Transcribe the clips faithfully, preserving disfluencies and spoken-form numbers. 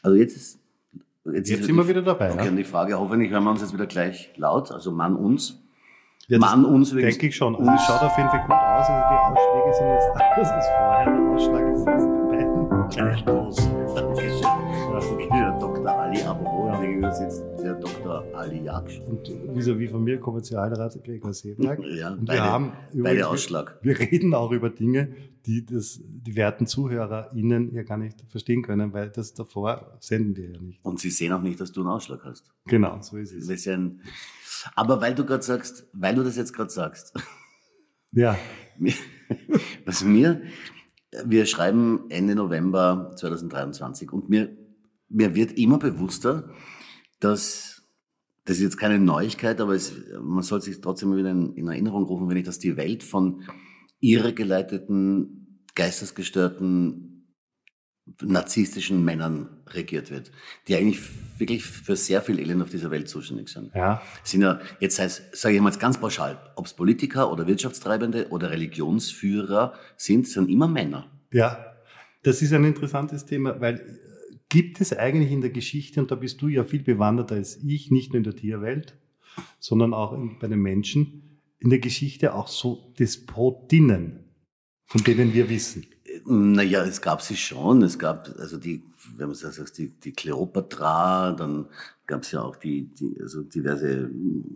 Also jetzt ist... Jetzt, jetzt sind wir wieder dabei. Okay, ja? und die Frage, hoffentlich hören wir uns jetzt wieder gleich laut, also Mann uns. Ja, Mann uns übrigens. Denke ich schon. Also es schaut auf jeden Fall gut aus. Also die Ausschläge sind jetzt anders als vorher. Der Ausschlag ist jetzt beiden gleich groß. Dankeschön. Ja, Doktor Ali, aber wo ja. gegenüber sitzt der Doktor Ali Jaksch. Und vis-à-vis von mir Kommerzialrat Gregor Seeblack. Ja, und beide, wir haben beide Ausschlag. Wir, wir reden auch über Dinge, die das, die werten ZuhörerInnen ja gar nicht verstehen können, weil das davor senden wir ja nicht. Und sie sehen auch nicht, dass du einen Ausschlag hast. Genau, so ist es. Wir sind, aber weil du gerade sagst, weil du das jetzt gerade sagst. Ja. Was mir, wir schreiben Ende November zwanzig dreiundzwanzig und mir, mir wird immer bewusster, dass, das ist jetzt keine Neuigkeit, aber es, man soll sich trotzdem wieder in, in Erinnerung rufen, wenn ich, dass die Welt von irregeleiteten, geistesgestörten, narzisstischen Männern regiert wird, die eigentlich wirklich für sehr viel Elend auf dieser Welt zuständig sind. Ja. Sind ja, jetzt heißt, sage ich mal jetzt ganz pauschal, ob es Politiker oder Wirtschaftstreibende oder Religionsführer sind, sind immer Männer. Ja, das ist ein interessantes Thema, weil gibt es eigentlich in der Geschichte, und da bist du ja viel bewanderter als ich, nicht nur in der Tierwelt, sondern auch in, bei den Menschen, in der Geschichte auch so Despotinnen, von denen wir wissen? Naja, es gab sie schon. Es gab, also die, wenn man so sagt, die, die Kleopatra, dann gab es ja auch die, die, also diverse,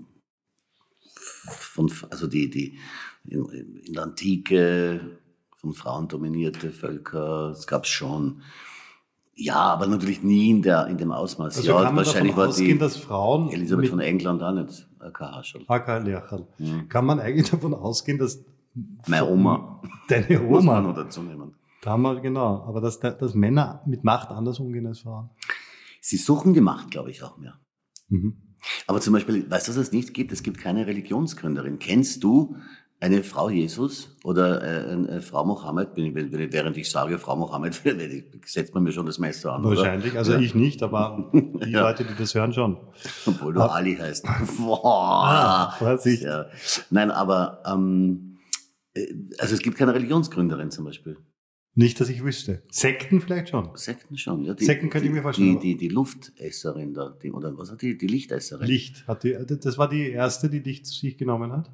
von, also die, die, in, in der Antike, von Frauen dominierte Völker, es gab es schon. Ja, aber natürlich nie in der, in dem Ausmaß. Also ja, kann man wahrscheinlich davon war ausgehen, die dass Frauen Elisabeth von England auch nicht kein Haschel. kein Lercherl. Mhm. Kann man eigentlich davon ausgehen, dass meine Oma. Deine Muss man Oma. noch dazu nehmen. Da haben wir, genau. Aber dass, dass Männer mit Macht anders umgehen als Frauen. Sie suchen die Macht, glaube ich, auch mehr. Mhm. Aber zum Beispiel, weißt du, was es nicht gibt? Es gibt keine Religionsgründerin. Kennst du eine Frau Jesus oder äh, eine Frau Mohammed? Während ich sage Frau Mohammed, setzt man mir schon das Messer an. Wahrscheinlich. Oder? Also ja. ich nicht, aber die ja. Leute, die das hören, schon. Obwohl du aber, Ali heißt. Boah. Ah, Vorsicht. Ja. Nein, aber ähm, also es gibt keine Religionsgründerin zum Beispiel. Nicht, dass ich wüsste. Sekten vielleicht schon. Sekten schon, ja. Die, Sekten könnte die, ich mir vorstellen. Die, die, die Luftesserin da, die, oder was hat die? Die Lichtesserin. Licht hat die, das war die erste, die Licht zu sich genommen hat?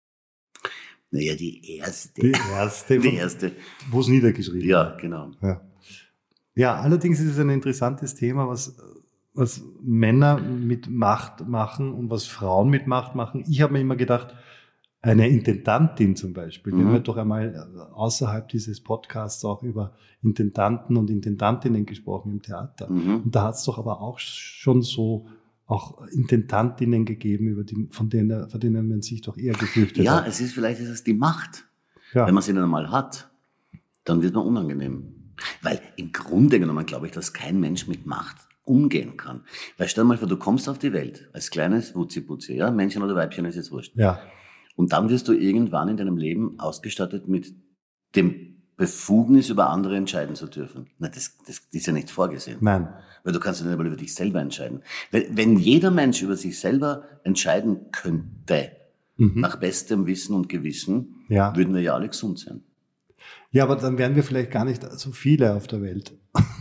Naja, die erste. Die erste. Die erste. Wo es niedergeschrieben Ja, genau. Ja. Ja, allerdings ist es ein interessantes Thema, was, was Männer mit Macht machen und was Frauen mit Macht machen. Ich habe mir immer gedacht, eine Intendantin zum Beispiel, mhm. wir haben ja doch einmal außerhalb dieses Podcasts auch über Intendanten und Intendantinnen gesprochen im Theater. Mhm. Und da hat es doch aber auch schon so auch Intendantinnen gegeben, über die, von denen, von denen man sich doch eher gefürchtet ja, hat. Ja, es ist vielleicht ist es die Macht. Ja. Wenn man sie dann einmal hat, dann wird man unangenehm. Weil im Grunde genommen glaube ich, dass kein Mensch mit Macht umgehen kann. Weil stell dir mal vor, du kommst auf die Welt als kleines Wutzi-Putzi, ja, Männchen oder Weibchen ist jetzt wurscht. Ja. Und dann wirst du irgendwann in deinem Leben ausgestattet mit dem Befugnis, über andere entscheiden zu dürfen. Na, das, das, das ist ja nicht vorgesehen. Nein. Weil du kannst ja nicht einmal über dich selber entscheiden. Wenn, wenn jeder Mensch über sich selber entscheiden könnte, mhm. nach bestem Wissen und Gewissen, ja. würden wir ja alle gesund sein. Ja, aber dann wären wir vielleicht gar nicht so viele auf der Welt.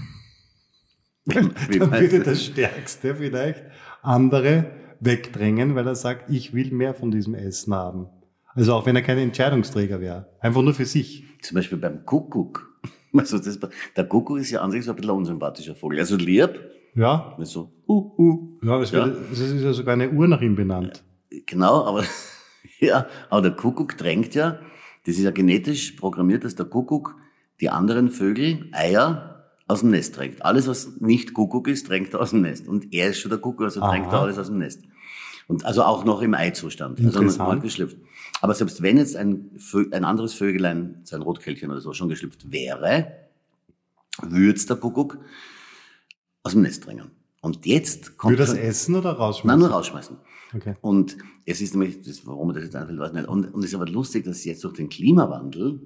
Wie Dann würde das Stärkste vielleicht andere wegdrängen, weil er sagt, ich will mehr von diesem Essen haben. Also auch wenn er kein Entscheidungsträger wäre. Einfach nur für sich. Zum Beispiel beim Kuckuck. Also das, der Kuckuck ist ja an sich so ein bisschen ein unsympathischer Vogel. Also lieb. Ja. So, uh, uh. Ja, es, ja. Wird, es ist ja sogar eine Uhr nach ihm benannt. Genau, aber, ja, aber der Kuckuck drängt ja, das ist ja genetisch programmiert, dass der Kuckuck die anderen Vögel, Eier, aus dem Nest drängt. Alles, was nicht Kuckuck ist, drängt er aus dem Nest. Und er ist schon der Kuckuck, also Aha. drängt er alles aus dem Nest. Und also auch noch im Eizustand. Also noch mal geschlüpft. Aber selbst wenn jetzt ein, ein anderes Vögelein, sein Rotkehlchen oder so, schon geschlüpft wäre, würde der Kuckuck aus dem Nest drängen. Und jetzt kommt... Würde das essen oder rausschmeißen? Nein, nur rausschmeißen. Okay. Und es ist nämlich, das, warum mir das jetzt einfällt, weiß ich nicht. Und, und es ist aber lustig, dass jetzt durch den Klimawandel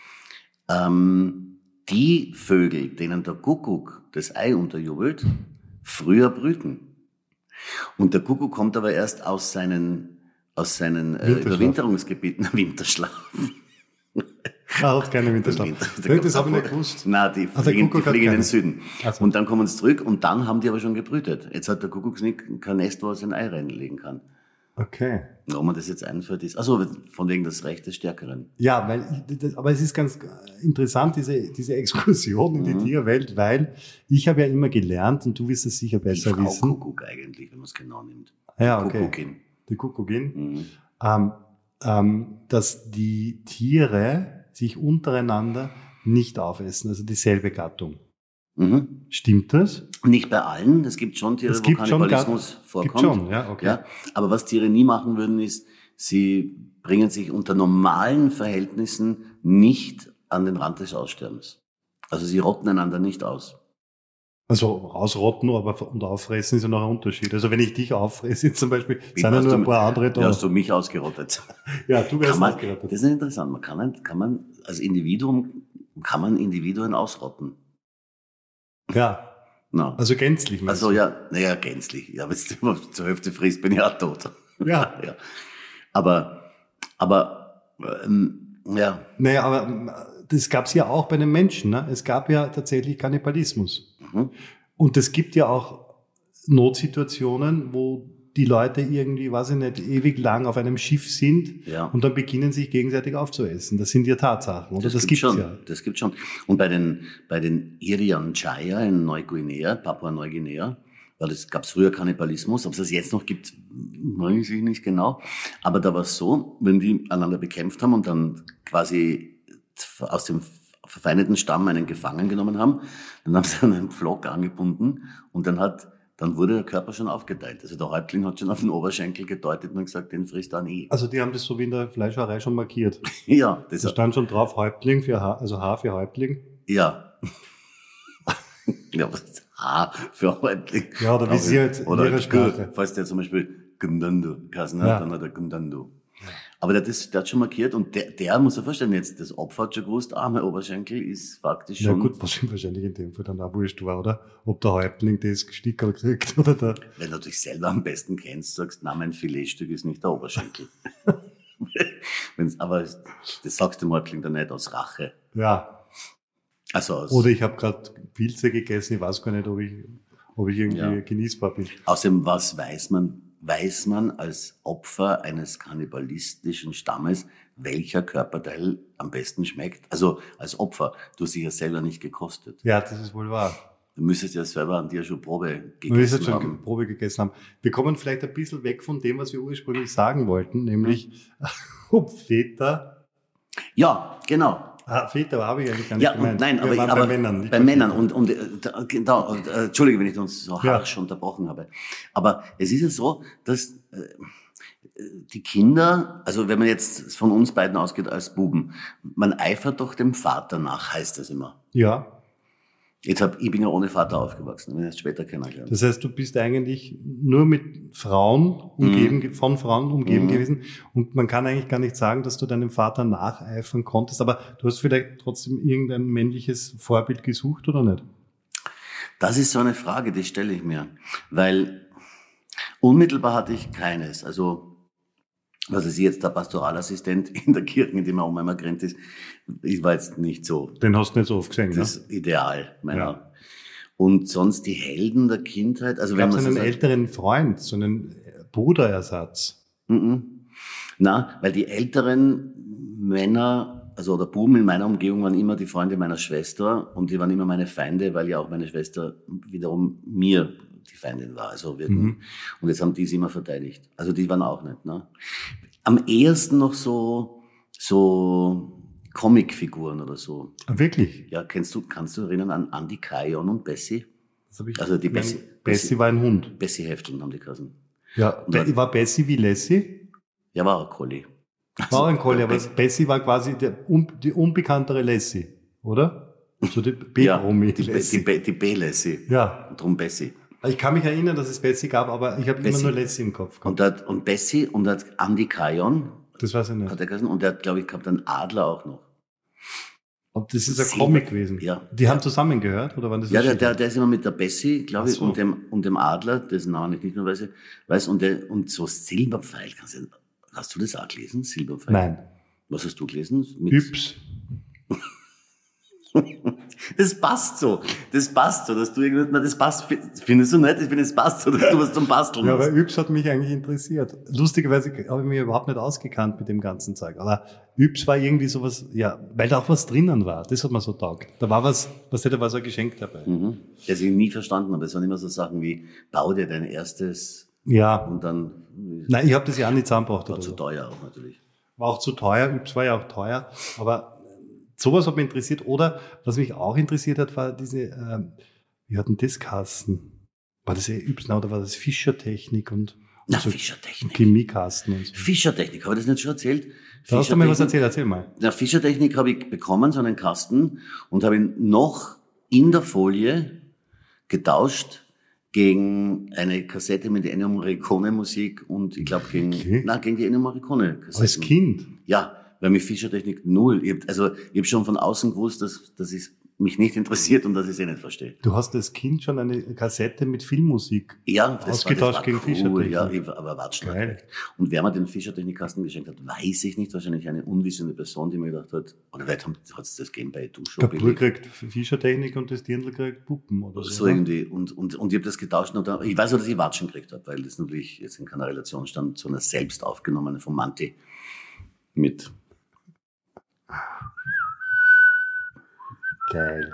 ähm, die Vögel, denen der Kuckuck das Ei unterjubelt, früher brüten. Und der Kuckuck kommt aber erst aus seinen, aus seinen äh, Überwinterungsgebieten, Winterschlaf. Da hat keine Winterschlaf. Winter, Das habe ich nicht gewusst. Nein, die Also fliegen, die fliegen in den keine. Süden. Also. Und dann kommen sie zurück und dann haben die aber schon gebrütet. Jetzt hat der Kuckucksnick kein Nest, wo er sein Ei reinlegen kann. Okay. Warum man das jetzt einführt ist. Also von wegen das Recht des Stärkeren. Ja, weil ich, das, aber es ist ganz interessant, diese, diese Exkursion in die Mhm. Tierwelt, weil ich habe ja immer gelernt, und du wirst es sicher Die besser Frau wissen. Kuckuck eigentlich, wenn man es genau nimmt. Ja, okay. Kuckuckin. Die Kuckuckin. Mhm. Ähm, ähm, dass die Tiere sich untereinander nicht aufessen, also dieselbe Gattung. Mhm. Stimmt das? Nicht bei allen, es gibt schon Tiere, Es wo gibt schon Kannibalismus Gat- vorkommt. Gibt schon, ja, okay. Ja, aber was Tiere nie machen würden, ist, sie bringen sich unter normalen Verhältnissen nicht an den Rand des Aussterbens. Also sie rotten einander nicht aus. Also ausrotten aber und auffressen ist ja noch ein Unterschied. Also wenn ich dich auffresse zum Beispiel, Wie sind ja hast nur du- ein paar andere Da da. hast du mich ausgerottet. Ja, du Kann wärst man, ausgerottet. das ist interessant. Man kann, kann man als Individuum kann man Individuen ausrotten. Ja, No. also gänzlich. meinst Also du? ja, naja, gänzlich. Ja, wenn du zur Hälfte frisst, bin ich auch tot. Ja. ja. Aber, aber, ähm, ja. Naja, aber ähm, das gab es ja auch bei den Menschen. Ne? Es gab ja tatsächlich Kannibalismus. Mhm. Und es gibt ja auch Notsituationen, wo die Leute irgendwie, weiß ich nicht, ewig lang auf einem Schiff sind Ja. und dann beginnen sich gegenseitig aufzuessen. Das sind ja Tatsachen, oder? Das, gibt's gibt's schon. ja. Das gibt schon. Und bei den, bei den Irian Jaya in Neuguinea, Papua-Neuguinea, weil es gab früher Kannibalismus, ob es das jetzt noch gibt, weiß ich nicht genau. Aber da war es so, wenn die einander bekämpft haben und dann quasi aus dem verfeindeten Stamm einen Gefangen genommen haben, dann haben sie einen Pflock angebunden und dann hat dann wurde der Körper schon aufgeteilt. Also der Häuptling hat schon auf den Oberschenkel gedeutet und gesagt, den frisst er nie. Also die haben das so wie in der Fleischerei schon markiert. Ja, das Da stand schon drauf Häuptling für Haar, also Haar für Häuptling. ja. Ja, was ist H für Häuptling? Ja, oder wie sie jetzt in Oder ihrer G, Sprache. falls der zum Beispiel Gundando geheißen hat, Ja. dann hat er Gundando. Aber der, das, der hat schon markiert und der, der muss er vorstellen, jetzt das Opfer hat schon gewusst, ah, mein Oberschenkel ist faktisch Ja schon, gut, was ihm wahrscheinlich in dem Fall dann auch wurscht war, oder? Ob der Häuptling das Stickerl kriegt oder der... wenn du dich selber am besten kennst, sagst, na, mein Filetstück ist nicht der Oberschenkel. Wenn's, aber das sagst du dem Häuptling dann nicht aus Rache. Ja. Also aus, Oder ich habe gerade Pilze gegessen, ich weiß gar nicht, ob ich, ob ich irgendwie Ja. genießbar bin. außerdem, was weiß man, weiß man als Opfer eines kannibalistischen Stammes, welcher Körperteil am besten schmeckt? Also als Opfer, du hast dich ja selber nicht gekostet. Ja, das ist wohl wahr. Du müsstest ja selber an dir schon Probe Wir müssen jetzt gegessen schon haben. Probe gegessen haben. Wir kommen vielleicht ein bisschen weg von dem, was wir ursprünglich sagen wollten, nämlich ob Väter... Ja, genau. Ah, Väter habe ich eigentlich gar nicht Ja, gemeint. und nein, Wir aber, waren aber bei Männern. nicht bei bei Männern Vätern. und, und äh, da, genau, und, äh, Entschuldige, wenn ich uns so Ja. harsch unterbrochen habe. Aber es ist ja so, dass äh, die Kinder, also wenn man jetzt von uns beiden ausgeht als Buben, man eifert doch dem Vater nach, heißt das immer. Ja, Jetzt hab, ich bin ja ohne Vater aufgewachsen, bin erst später kennengelernt. das heißt, du bist eigentlich nur mit Frauen umgeben, ge- von Frauen umgeben Mhm. gewesen und man kann eigentlich gar nicht sagen, dass du deinem Vater nacheifern konntest, aber du hast vielleicht trotzdem irgendein männliches Vorbild gesucht oder nicht? Das ist so eine Frage, die stelle ich mir, weil unmittelbar hatte ich keines. Also was ist jetzt der Pastoralassistent in der Kirche, in dem er um einmal gerannt ist, ich war jetzt nicht so Den hast du nicht so oft gesehen, ne? das Ideal meiner. Ja. Und sonst die Helden der Kindheit, also wenn Gab man es so einen sagt, älteren Freund, so einen Bruderersatz? mhm. Na, weil die älteren Männer, also oder Buben in meiner Umgebung waren immer die Freunde meiner Schwester und die waren immer meine Feinde, weil ja auch meine Schwester wiederum mir die Feindin war. Also wir, Mhm. und jetzt haben die sie immer verteidigt. Also die waren auch nicht. Ne? Am ehesten noch so so Comicfiguren oder so. Ah, wirklich? Ja, kennst du, kannst du erinnern an Andy Kayon und Bessie? Das hab ich Also die Bessie- Bessie, Bessie war ein Hund. Bessie Hefteln haben die geheißen. Ja, Und Be- was- war Bessie wie Lassie? Ja, war auch Collie. War auch ein Collie, aber Bessie- Bessie war quasi der, un, die unbekanntere Lassie, oder? So die ja, B-Promi die, Be- die, Lassie. Be- die B-Lassie. Ja, Drum Bessie. ich kann mich erinnern, dass es Bessie gab, aber ich habe immer Bessie. nur Lassie im Kopf gehabt. Und, hat, und Bessie und hat Andy Kayon, Das weiß ich hat nicht. er geheißen, und der hat, glaube ich, gehabt einen Adler auch noch. Und das ist ein Silber- Comic gewesen. Ja. Die haben zusammengehört, oder waren das Ja, der, verschiedene? der, der ist immer mit der Bessie, glaube ich, Ach so. und, dem, und dem Adler, dessen Namen ich nicht mehr weiß, weiß und, der, und so Silberpfeil. Kannst du, hast du das auch gelesen, Silberpfeil? Nein. Was hast du gelesen? Mit Yps. Das passt so. Das passt so, dass du irgendwas, na, das passt, findest du nicht? Ich finde, es passt so, dass du was zum Basteln Ja, hast. aber Yps hat mich eigentlich interessiert. Lustigerweise habe ich mich überhaupt nicht ausgekannt mit dem ganzen Zeug. Aber Yps war irgendwie sowas, ja, weil da auch was drinnen war. Das hat mir so taugt. Da war was, was da war so ein Geschenk dabei. Mhm. Das ich nie verstanden habe. Es waren immer so Sachen wie, bau dir dein erstes Ja. und dann, Nein, ich habe das ja auch nicht zusammengebracht. war Oder zu so. teuer auch natürlich. War auch zu teuer. Yps war ja auch teuer. Aber sowas hat mich interessiert. Oder was mich auch interessiert hat, war diese, ähm, wie hatten das Kasten? War das eh Yps oder war das Fischertechnik und, und Na, so Fischertechnik. Chemiekasten und so? Fischertechnik, habe ich das nicht schon erzählt? Da hast du mir was Fischertechnik- erzählt, erzähl mal. Na, Fischertechnik habe ich bekommen, so einen Kasten, und habe ihn noch in der Folie getauscht gegen eine Kassette mit Ennio Morricone Musik und ich glaube gegen, Okay. na, gegen die Ennio Morricone Kassette. Als Kind? Ja, weil mich Fischertechnik null. Ich hab, also ich habe schon von außen gewusst, dass, dass es mich nicht interessiert und dass ich es eh nicht verstehe. Du hast als Kind schon eine Kassette mit Filmmusik. Ja, das Ausgetauscht war, das war gegen cool, Fischertechnik. ja, ich, aber Watschen. Geil. Und wer mir den Fischertechnikkasten geschenkt hat, weiß ich nicht. Wahrscheinlich eine unwissende Person, die mir gedacht hat, oder vielleicht hat es das gegeben bei Dusche. Der Bruder kriegt Fischertechnik und das Dirndl kriegt Puppen oder so. So ne? irgendwie. Und, und, und ich habe das getauscht. Und dann, ich weiß auch, dass ich Watschen gekriegt habe, weil das natürlich jetzt in keiner Relation stand zu einer selbst aufgenommenen von Manti mit. Geil.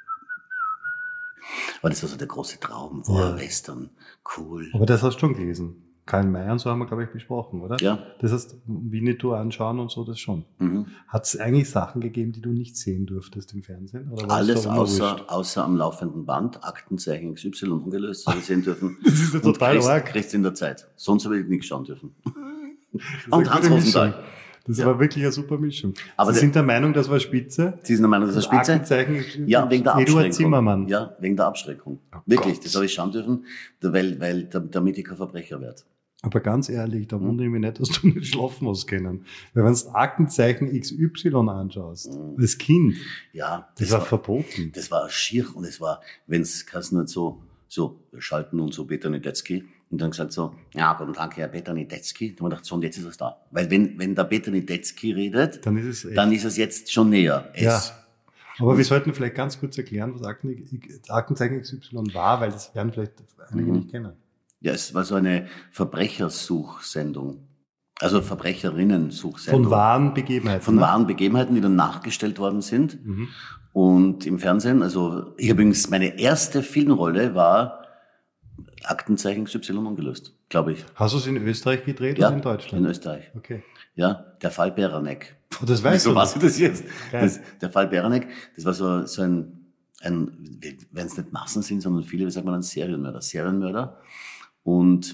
Aber das war so der große Traum, war Ja. Western, cool. Aber das hast du schon gelesen. Karl May und so haben wir, glaube ich, besprochen, oder? Ja. Das heißt, Winnetou anschauen und so, das schon. Mhm. Hat es eigentlich Sachen gegeben, die du nicht sehen durftest im Fernsehen? Oder war Alles das so immer wurscht? außer, außer am laufenden Band, Aktenzeichen X Y ungelöst, habe ich sehen dürfen. Das ist ja Und total Christ, arg. Christ in der Zeit. Sonst habe ich nicht schauen dürfen. Das ist Und eine Hans gute Rosenthal. Mischung. Das Ja. war wirklich eine super Mischung. Aber Sie der- sind der Meinung, das war Spitze? Sie sind der Meinung, das ist eine Spitze? Aktenzeichen, Ja, wegen der Abschreckung. Eduard Zimmermann. Ja, wegen der Abschreckung. Oh Wirklich, Gott. das habe ich schauen dürfen, weil, weil, damit ich kein Verbrecher werde. Aber ganz ehrlich, Hm? da wundere ich mich nicht, dass du nicht schlafen musst können. Weil wenn du Aktenzeichen X Y anschaust, Hm. als Kind, Ja, das, war verboten. das war schier und es war, wenn es kannst nicht so, so, wir schalten und so Peter Niedetzky und dann gesagt so, ja, guten Tag, Herr Peter Niedetzky. Dann haben wir gedacht, so, und jetzt ist es da. Weil wenn, wenn der Peter Niedetzky redet, Dann ist es echt. dann ist es jetzt schon näher. Es, Ja. Aber wir sollten vielleicht ganz kurz erklären, was Akten, Aktenzeichen X Y war, weil das werden vielleicht einige Mhm. nicht kennen. Ja, es war so eine Verbrechersuchsendung. Also Verbrecherinnen-Suchsendung. Von wahren Begebenheiten. Von ne? wahren Begebenheiten, die dann nachgestellt worden sind. Mhm. Und im Fernsehen, also ich habe übrigens, meine erste Filmrolle war Aktenzeichen X Y ungelöst, glaube ich. Hast du es in Österreich gedreht Ja, oder in in Deutschland? Österreich. Okay. Ja, der Fall Beranek. Oh, das weißt Wieso du. weiß ich das jetzt? Geil. Das, der Fall Beranek, das war so, so ein, ein wenn es nicht Massen sind, sondern viele, wie sagt man, ein Serienmörder. Serienmörder. Und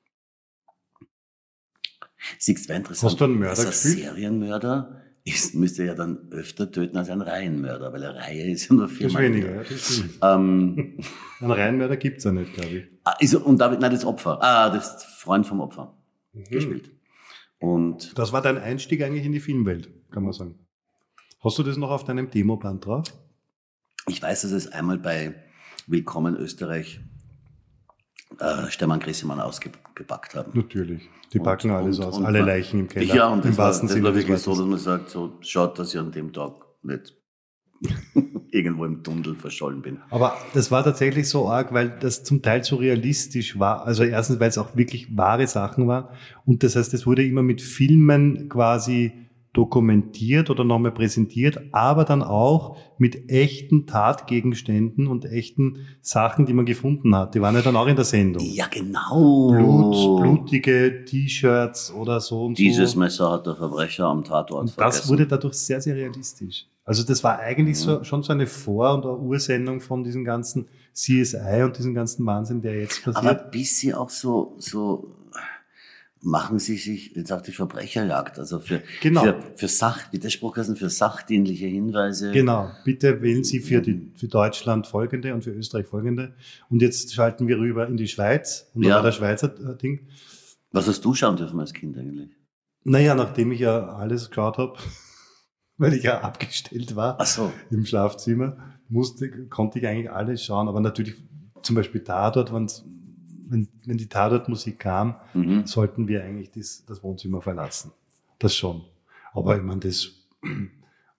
siehst, wäre interessant. Hast du einen Mörder also ein gespielt? Serienmörder ist, müsste ja dann öfter töten als ein Reihenmörder, weil eine Reihe ist ja nur Das ist viermal. weniger, ja, das stimmt. Ähm, Einen Reihenmörder gibt's ja nicht, glaube ich. ah, ist, und David, nein, das Opfer. Ah, das Freund vom Opfer Mhm. gespielt. Und Das war dein Einstieg eigentlich in die Filmwelt, kann man sagen. Hast du das noch auf deinem Demoband drauf? ich weiß, dass es einmal bei Willkommen Österreich äh, Stefan Grissemann ausgepackt haben. Natürlich. Die Und- packen alles und- aus, und alle man- Leichen im Keller. Ja, und im das war, wahrsten das Sinne war des wirklich so, Wortes. dass man sagt, so schaut, dass ich an dem Tag nicht irgendwo im Tunnel verschollen bin. Aber das war tatsächlich so arg, weil das zum Teil so realistisch war. Also erstens, weil es auch wirklich wahre Sachen war. Und das heißt, es wurde immer mit Filmen quasi dokumentiert oder nochmal präsentiert, aber dann auch mit echten Tatgegenständen und echten Sachen, die man gefunden hat. Die waren ja dann auch in der Sendung. Ja, genau. Blut, blutige T-Shirts oder so und Dieses so. Messer hat der Verbrecher am Tatort Und vergessen. das wurde dadurch sehr, sehr realistisch. Also das war eigentlich so, schon so eine Vor- und eine Ursendung von diesem ganzen C S I und diesem ganzen Wahnsinn, der jetzt Aber passiert. bis sie auch so, so machen sie sich jetzt auf die Verbrecherjagd, also für, Genau. für, für Sach, wie der Spruch heißt, für sachdienliche Hinweise. Genau. Bitte wählen Sie für, die, für Deutschland folgende und für Österreich folgende. Und jetzt schalten wir rüber in die Schweiz. Und da Ja. war der Schweizer äh, Ding. Was hast du schauen dürfen als Kind eigentlich? Naja, nachdem ich ja alles geschaut habe, weil ich ja abgestellt war Ach so. im Schlafzimmer, musste, konnte ich eigentlich alles schauen. Aber natürlich zum Beispiel Tatort, wenn's, wenn, wenn die Tatort-Musik kam, Mhm. sollten wir eigentlich das, das Wohnzimmer verlassen. Das schon. Aber ich meine, das,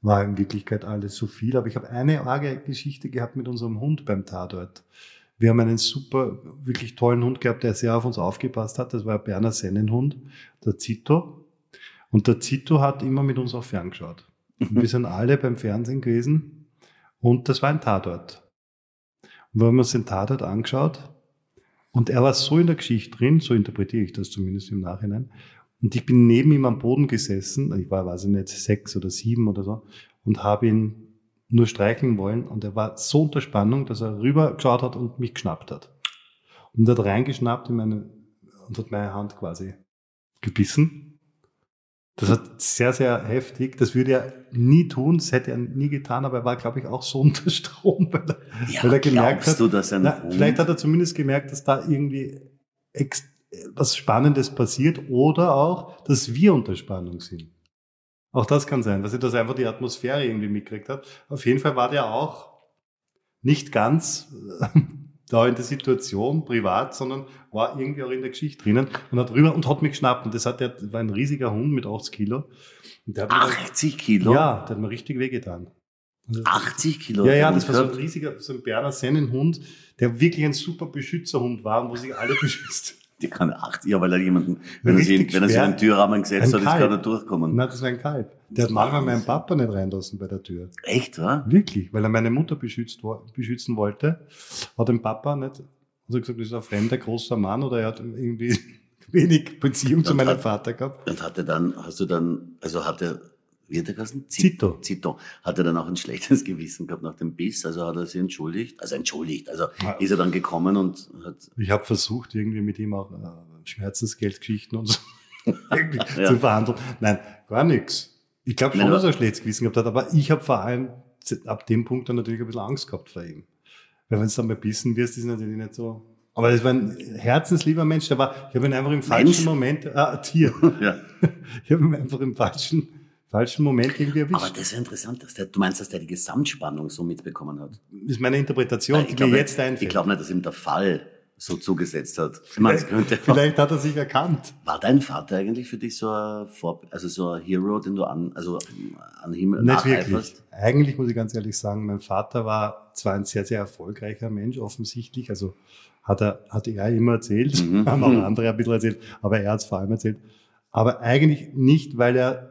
war in Wirklichkeit alles so viel. Aber ich habe eine arge Geschichte gehabt mit unserem Hund beim Tatort. Wir haben einen super, wirklich tollen Hund gehabt, der sehr auf uns aufgepasst hat. Das war ein Berner Sennenhund, der Zito. Und der Zito hat immer mit uns auch ferngeschaut. Und wir sind alle beim Fernsehen gewesen und das war ein Tatort. Und wir haben uns den Tatort angeschaut und er war so in der Geschichte drin, so interpretiere ich das zumindest im Nachhinein. Und ich bin neben ihm am Boden gesessen, ich war, weiß ich nicht, sechs oder sieben oder so, und habe ihn nur streicheln wollen. Und er war so unter Spannung, dass er rüber geschaut hat und mich geschnappt hat. Und er hat reingeschnappt in meine, und hat meine Hand quasi gebissen. Das hat sehr, sehr heftig. Das würde er nie tun, das hätte er nie getan, aber er war, glaube ich, auch so unter Strom, weil er, ja, weil er gemerkt hat, du, dass ein na, vielleicht hat er zumindest gemerkt, dass da irgendwie ex, was Spannendes passiert oder auch, dass wir unter Spannung sind. Auch das kann sein, dass er das einfach die Atmosphäre irgendwie mitgekriegt hat. Auf jeden Fall war der auch nicht ganz da in der Situation privat, sondern war irgendwie auch in der Geschichte drinnen und hat rüber und hat mich geschnappt. Und das hat der, war ein riesiger Hund mit achtzig Kilo. Und der hat achtzig Kilo? Ja, der hat mir richtig wehgetan. Also, achtzig Kilo? Ja, ja, das war so ein riesiger, so ein Berner Sennenhund, der wirklich ein super Beschützerhund war und wo sich alle beschützt. Die kann acht, ja, weil er jemanden, wenn er sich, wenn er sich einen Türrahmen gesetzt hat, kann er durchkommen. Nein, das war ein Kalb. Der hat manchmal meinen Papa nicht reinlassen bei der Tür. Echt, wa? Wirklich, weil er meine Mutter beschützt, beschützen wollte, hat den Papa nicht, also gesagt, das ist ein fremder, großer Mann oder er hat irgendwie wenig Beziehung und zu meinem hat, Vater gehabt. Und hatte dann, hast du dann, also hatte, wie hat er geheißen? Zito. Zito. Hat er dann auch ein schlechtes Gewissen gehabt nach dem Biss? Also hat er sich entschuldigt? Also entschuldigt. Also ja. Ist er dann gekommen und hat... Ich habe versucht, irgendwie mit ihm auch äh, Schmerzensgeldgeschichten und so irgendwie ja. zu verhandeln. Nein, gar nichts. Ich glaube schon, Nein, dass er ein schlechtes Gewissen gehabt hat, aber ich habe vor allem ab dem Punkt dann natürlich ein bisschen Angst gehabt vor ihm. Weil wenn du dann mal bissen wirst, ist es natürlich nicht so... Aber es war ein herzenslieber Mensch, der war, ich habe ihn einfach im falschen Mensch? Moment... Ah, Tier. Ja. Ich habe ihn einfach im falschen... falschen Moment irgendwie erwischt. Aber das ist ja interessant, dass der, du meinst, dass der die Gesamtspannung so mitbekommen hat? Das ist meine Interpretation, Nein, die glaube, mir jetzt einfällt. Ich glaube nicht, dass ihm der Fall so zugesetzt hat. Vielleicht, könnte vielleicht hat er sich erkannt. War dein Vater eigentlich für dich so ein Vorbild, also so ein Hero, den du an, also an Himmel Nicht wirklich. Eigentlich muss ich ganz ehrlich sagen, mein Vater war zwar ein sehr, sehr erfolgreicher Mensch, offensichtlich, also hat er, hat er immer erzählt, mhm. haben auch andere ein bisschen erzählt, aber er hat es vor allem erzählt. Aber eigentlich nicht, weil er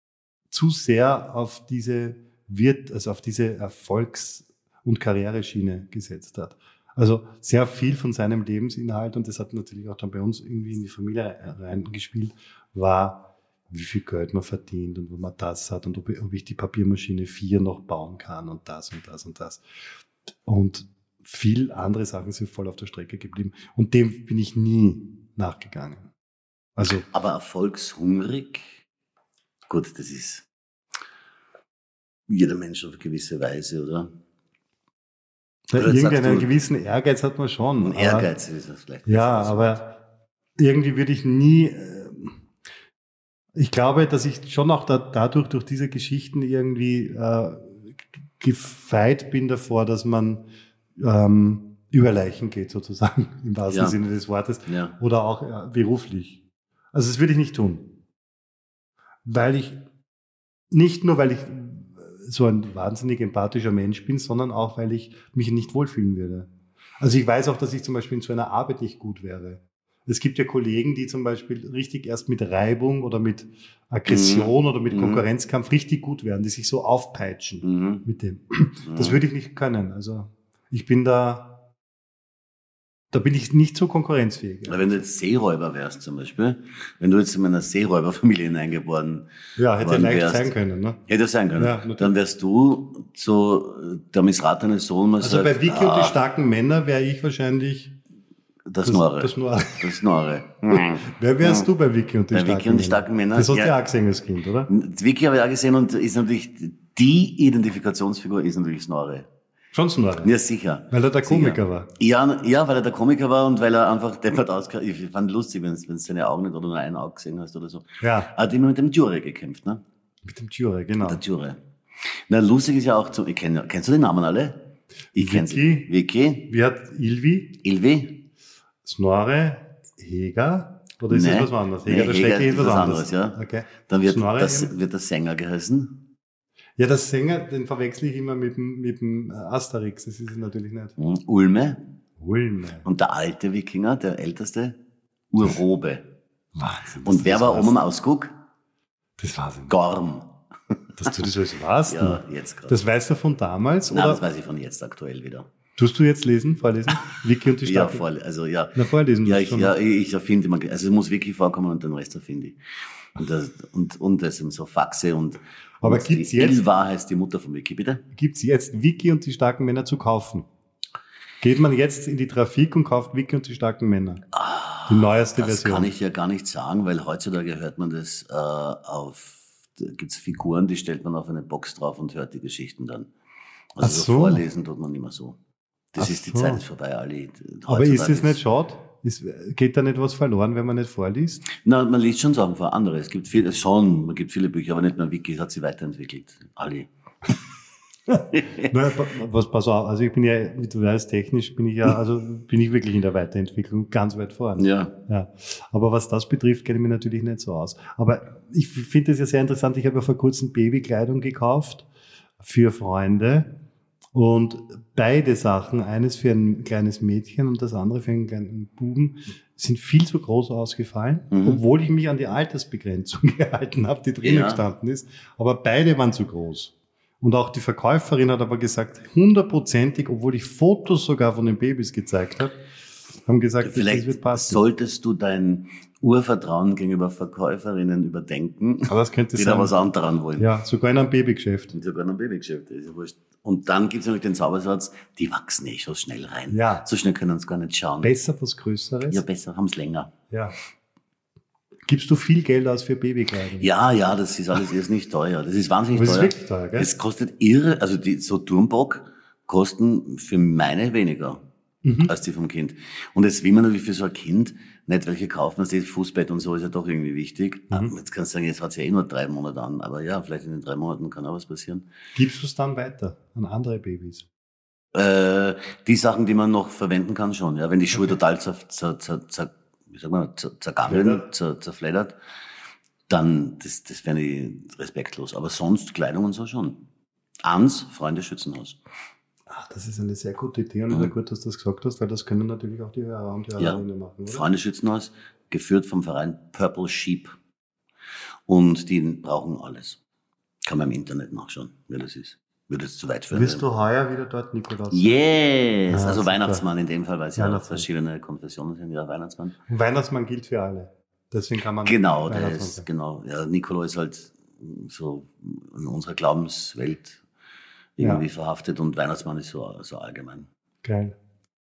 zu sehr auf diese Wirt, also auf diese Erfolgs- und Karriereschiene gesetzt hat. Also sehr viel von seinem Lebensinhalt, und das hat natürlich auch dann bei uns irgendwie in die Familie reingespielt, war, wie viel Geld man verdient und wo man das hat und ob ich, ob ich die Papiermaschine vier noch bauen kann und das und das und das. Und viel andere Sachen sind voll auf der Strecke geblieben. Und dem bin ich nie nachgegangen. Also, aber erfolgshungrig? Gut, das ist jeder Mensch auf eine gewisse Weise, oder? Ja, irgendeinen gewissen Ehrgeiz hat man schon. Ein Ehrgeiz ist das vielleicht. Ja, aber irgendwie würde ich nie, ich glaube, dass ich schon auch da, dadurch, durch diese Geschichten irgendwie äh, gefeit bin davor, dass man ähm, über Leichen geht, sozusagen, im wahrsten ja. Sinne des Wortes, ja. Oder auch äh, beruflich. Also das würde ich nicht tun. Weil ich, nicht nur weil ich so ein wahnsinnig empathischer Mensch bin, sondern auch, weil ich mich nicht wohlfühlen würde. Also ich weiß auch, dass ich zum Beispiel in so einer Arbeit nicht gut wäre. Es gibt ja Kollegen, die zum Beispiel richtig erst mit Reibung oder mit Aggression mhm. oder mit Konkurrenzkampf richtig gut werden, die sich so aufpeitschen mhm. mit dem. Das würde ich nicht können. Also ich bin da, da bin ich nicht so konkurrenzfähig. Ja. Wenn du jetzt Seeräuber wärst zum Beispiel, wenn du jetzt in meiner Seeräuberfamilie hineingeboren ja, hätte leicht wärst, sein können, ne? Hätte sein können. Ja, dann wärst du so der missratene Sohn. Also sagt, bei Vicky ah, und die starken Männer wäre ich wahrscheinlich das Nore. Das Nore. Das Nore. Wer wärst du bei Vicky und die, bei starken, Vicky und die starken Männer? Das hast ja. du ja auch gesehen als Kind, oder? Vicky habe ich auch gesehen und ist natürlich, die Identifikationsfigur ist natürlich Snorre. Schon Snorre? Ja, sicher. Weil er der Komiker sicher. war? Ja, ja, weil er der Komiker war und weil er einfach deppert auskam. Ich fand lustig, wenn du seine Augen nicht oder nur ein Auge gesehen hast oder so. Ja. Er hat immer mit dem Dürre gekämpft, ne? Mit dem Dürre, genau. Mit der Dürre. Na, lustig ist ja auch, so, ich kenn, kennst du den Namen alle? Ich kenn sie. Vicky. Wie hat Ilvi? Ilvi. Snorre. Heger. Oder ist nee, das was anderes? Heger, nee, der Schlecke ist was anderes, anderes. Ja. Okay. Dann wird das, wird der Sänger geheißen. Ja, das Sänger, den verwechsel ich immer mit dem, mit dem Asterix. Das ist es natürlich nicht. Mhm. Ulme. Ulme. Und der alte Wikinger, der älteste, Urrobe. Wahnsinn. Und wer war oben am Ausguck? Das war's. Gorm. Dass du das alles weißt? Ja, jetzt gerade. Das weißt du von damals? Nein, oder? das weiß ich von jetzt aktuell wieder. Tust du jetzt lesen, vorlesen? Wiki und die Ja, Staffel? voll, also ja. Na, vorlesen Ja, musst ich, du ja, noch. ich erfinde immer, also es muss Wiki vorkommen und den Rest erfinde ich. Und das, und, und das sind so Faxe und, Aber und gibt's die jetzt- Ilva heißt die Mutter von Wiki, bitte? Gibt's jetzt Wiki und die starken Männer zu kaufen? Geht man jetzt in die Trafik und kauft Wiki und die starken Männer? Die neueste Das Version. kann ich ja gar nicht sagen, weil heutzutage hört man das äh, auf, da gibt's Figuren, die stellt man auf eine Box drauf und hört die Geschichten dann. Also Ach so. so. vorlesen tut man nicht mehr so. Das Ach ist die so. Zeit ist vorbei, Ali. Aber ist Heutzutage es nicht schade? Ist, geht da nicht was verloren, wenn man nicht vorliest? Na, man liest schon Sachen vor andere. Es gibt viele, schon, man gibt viele Bücher, aber nicht nur Wiki, hat sich weiterentwickelt. Ali. Nein, was, pass auf, also ich bin ja, wie du weißt, technisch bin ich ja, also bin ich wirklich in der Weiterentwicklung ganz weit vorne. Ja. Ja. Aber was das betrifft, kenne ich mich natürlich nicht so aus. Aber ich finde es ja sehr interessant. Ich habe ja vor kurzem Babykleidung gekauft für Freunde und beide Sachen, eines für ein kleines Mädchen und das andere für einen kleinen Buben, sind viel zu groß ausgefallen, Mhm. obwohl ich mich an die Altersbegrenzung gehalten habe, die drinnen Ja. gestanden ist. Aber beide waren zu groß. Und auch die Verkäuferin hat aber gesagt, hundertprozentig, obwohl ich Fotos sogar von den Babys gezeigt habe, haben gesagt, das, das wird Vielleicht passen. solltest du dein Urvertrauen gegenüber Verkäuferinnen überdenken, Aber das könnte die da sein. was andran wollen. Ja, sogar in einem Babygeschäft. Und sogar ein Babygeschäft, das ist ja wurscht. Und dann gibt's natürlich den Zaubersatz, die wachsen eh so schnell rein. Ja. So schnell können sie gar nicht schauen. Besser was Größeres. Ja, besser, haben's länger. Ja. Gibst du viel Geld aus für Babykleidung? Ja, ja, das ist alles erst nicht teuer. Das ist wahnsinnig Aber es ist teuer. wirklich teuer, gell? Es kostet irre, also die, so Turmbock kosten für meine weniger Mhm. als die vom Kind. Und es will man natürlich für so ein Kind nicht welche kaufen, man sieht Fußbett und so ist ja doch irgendwie wichtig. Mhm. Jetzt kannst du sagen, jetzt hat's ja eh nur drei Monate an, aber ja, vielleicht in den drei Monaten kann auch was passieren. Gibst du es dann weiter an andere Babys? Äh, die Sachen, die man noch verwenden kann, schon. Ja, wenn die Schuhe total zer, zer, zer, zer, wie sagt man, zer, zergangen, Fleddert. zer, zerfleddert, dann, das, das wäre ich respektlos. Aber sonst Kleidung und so schon. Ans Freundeschützenhaus. Ah, das ist eine sehr gute Idee und Mhm. sehr gut, dass du das gesagt hast, weil das können natürlich auch die Hörer und die Ja. Hörerinnen machen, oder? Freundeschützenhaus, geführt vom Verein Purple Sheep. Und die brauchen alles. Kann man im Internet nachschauen, wer das ist. Würde es zu weit führen. Wirst du heuer wieder dort, Nikolaus? Yes! Ja, also super. Weihnachtsmann in dem Fall, weil es ja Weihnachtsmann. verschiedene Konfessionen sind. Ja, Weihnachtsmann. Und Weihnachtsmann gilt für alle. Deswegen kann man Genau, der Weihnachtsmann ist, sein. genau. Ja, Nicolo ist halt so in unserer Glaubenswelt irgendwie Ja. verhaftet und Weihnachtsmann ist so, so allgemein. Geil.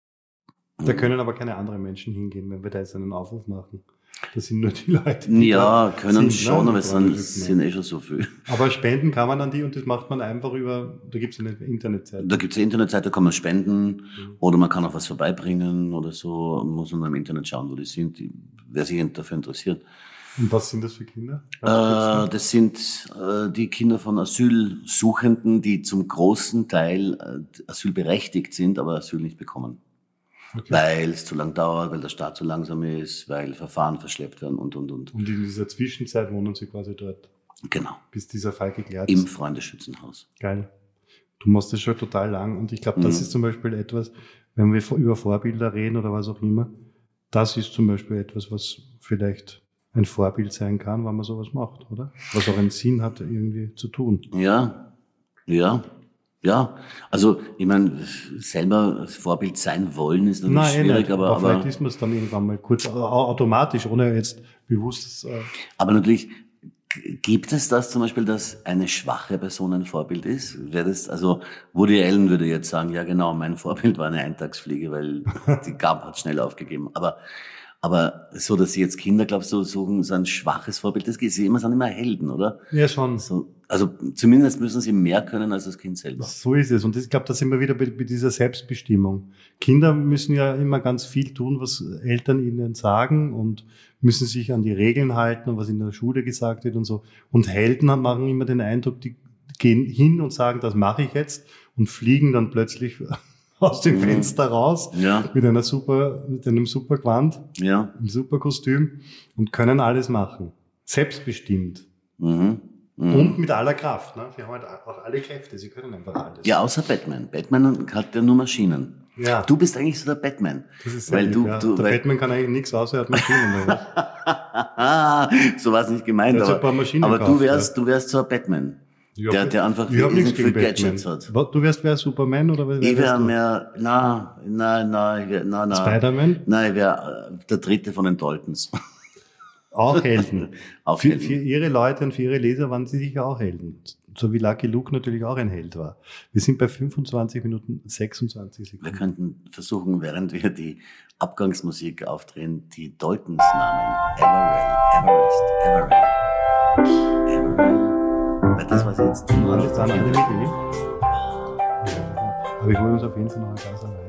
Da Mhm. können aber keine anderen Menschen hingehen, wenn wir da jetzt einen Aufruf machen. Das sind nur die Leute, die Ja, da können sind, schon, ne? aber es sind, Freundeschützen. sind eh schon so viel. Aber spenden kann man an die und das macht man einfach über, da gibt es eine Internetseite. Da gibt's eine Internetseite, da kann man spenden Mhm. oder man kann auch was vorbeibringen oder so. Man muss nur im Internet schauen, wo die sind, die, wer sich dafür interessiert. Und was sind das für Kinder? Äh, das sind äh, die Kinder von Asylsuchenden, die zum großen Teil äh, asylberechtigt sind, aber Asyl nicht bekommen. Okay. Weil es zu lang dauert, weil der Staat zu langsam ist, weil Verfahren verschleppt werden und, und, und. Und in dieser Zwischenzeit wohnen sie quasi dort, Genau. bis dieser Fall geklärt Im ist. Freundeschützenhaus. Geil. Du machst das schon total lang und ich glaube, das Mhm. ist zum Beispiel etwas, wenn wir über Vorbilder reden oder was auch immer, das ist zum Beispiel etwas, was vielleicht ein Vorbild sein kann, wenn man sowas macht, oder? Was auch einen Sinn hat, irgendwie zu tun. Ja, ja, ja. Also, ich meine, selber Vorbild sein wollen ist natürlich eh schwierig, nicht. aber, aber vielleicht aber, ist man es dann irgendwann mal kurz au- automatisch, ohne jetzt bewusst. Äh, aber natürlich g- gibt es das zum Beispiel, dass eine schwache Person ein Vorbild ist? Wäre das, also, Woody Allen würde jetzt sagen, ja genau, mein Vorbild war eine Eintagsfliege, weil die Gab hat schnell aufgegeben. Aber, aber so, dass sie jetzt Kinder, glaubst du, suchen, so ein schwaches Vorbild, das ist immer, sind immer Helden, oder? ja, schon. So, also, zumindest müssen sie mehr können als das Kind selber. So ist es. Und ich glaube, da sind wir wieder bei, bei dieser Selbstbestimmung. Kinder müssen ja immer ganz viel tun, was Eltern ihnen sagen und müssen sich an die Regeln halten und was in der Schule gesagt wird und so. Und Helden machen immer den Eindruck, die gehen hin und sagen, das mache ich jetzt und fliegen dann plötzlich aus dem Mhm. Fenster raus Ja, mit einer super, mit einem super Gewand, ja. einem super Kostüm und können alles machen. Selbstbestimmt. Mhm. Mhm. Und mit aller Kraft. Ne? Sie haben halt auch alle Kräfte, sie können einfach alles. Ja, außer Batman. Batman hat ja nur Maschinen. Ja. Du bist eigentlich so der Batman. Das ist sehr weil lieb, du, ja. du, Der weil, Batman kann eigentlich nichts außer er hat Maschinen. so war es nicht gemeint, Der hat so aber, ein paar Maschinen aber gekauft, du wärst, ja. du wärst so ein Batman. Ja, der, der einfach ich hab nichts viel gegen Gadgets Batman. hat. Du wärst wer Superman oder wer Ich wärst wäre du? mehr, na, na, na, ich wär, na, na. Spider-Man? Nein, ich wäre äh, der dritte von den Daltons. Auch Helden. Auch für, Helden. für ihre Leute und für ihre Leser waren sie sicher auch Helden. So wie Lucky Luke natürlich auch ein Held war. Wir sind bei fünfundzwanzig Minuten sechsundzwanzig Sekunden. Wir könnten versuchen, während wir die Abgangsmusik aufdrehen, die Daltons-Namen. Everell, Everest, Everell, Everell. Weil das was jetzt Waren jetzt alle mit ihm? Aber ich hole uns auf jeden Fall noch ein Glas allein.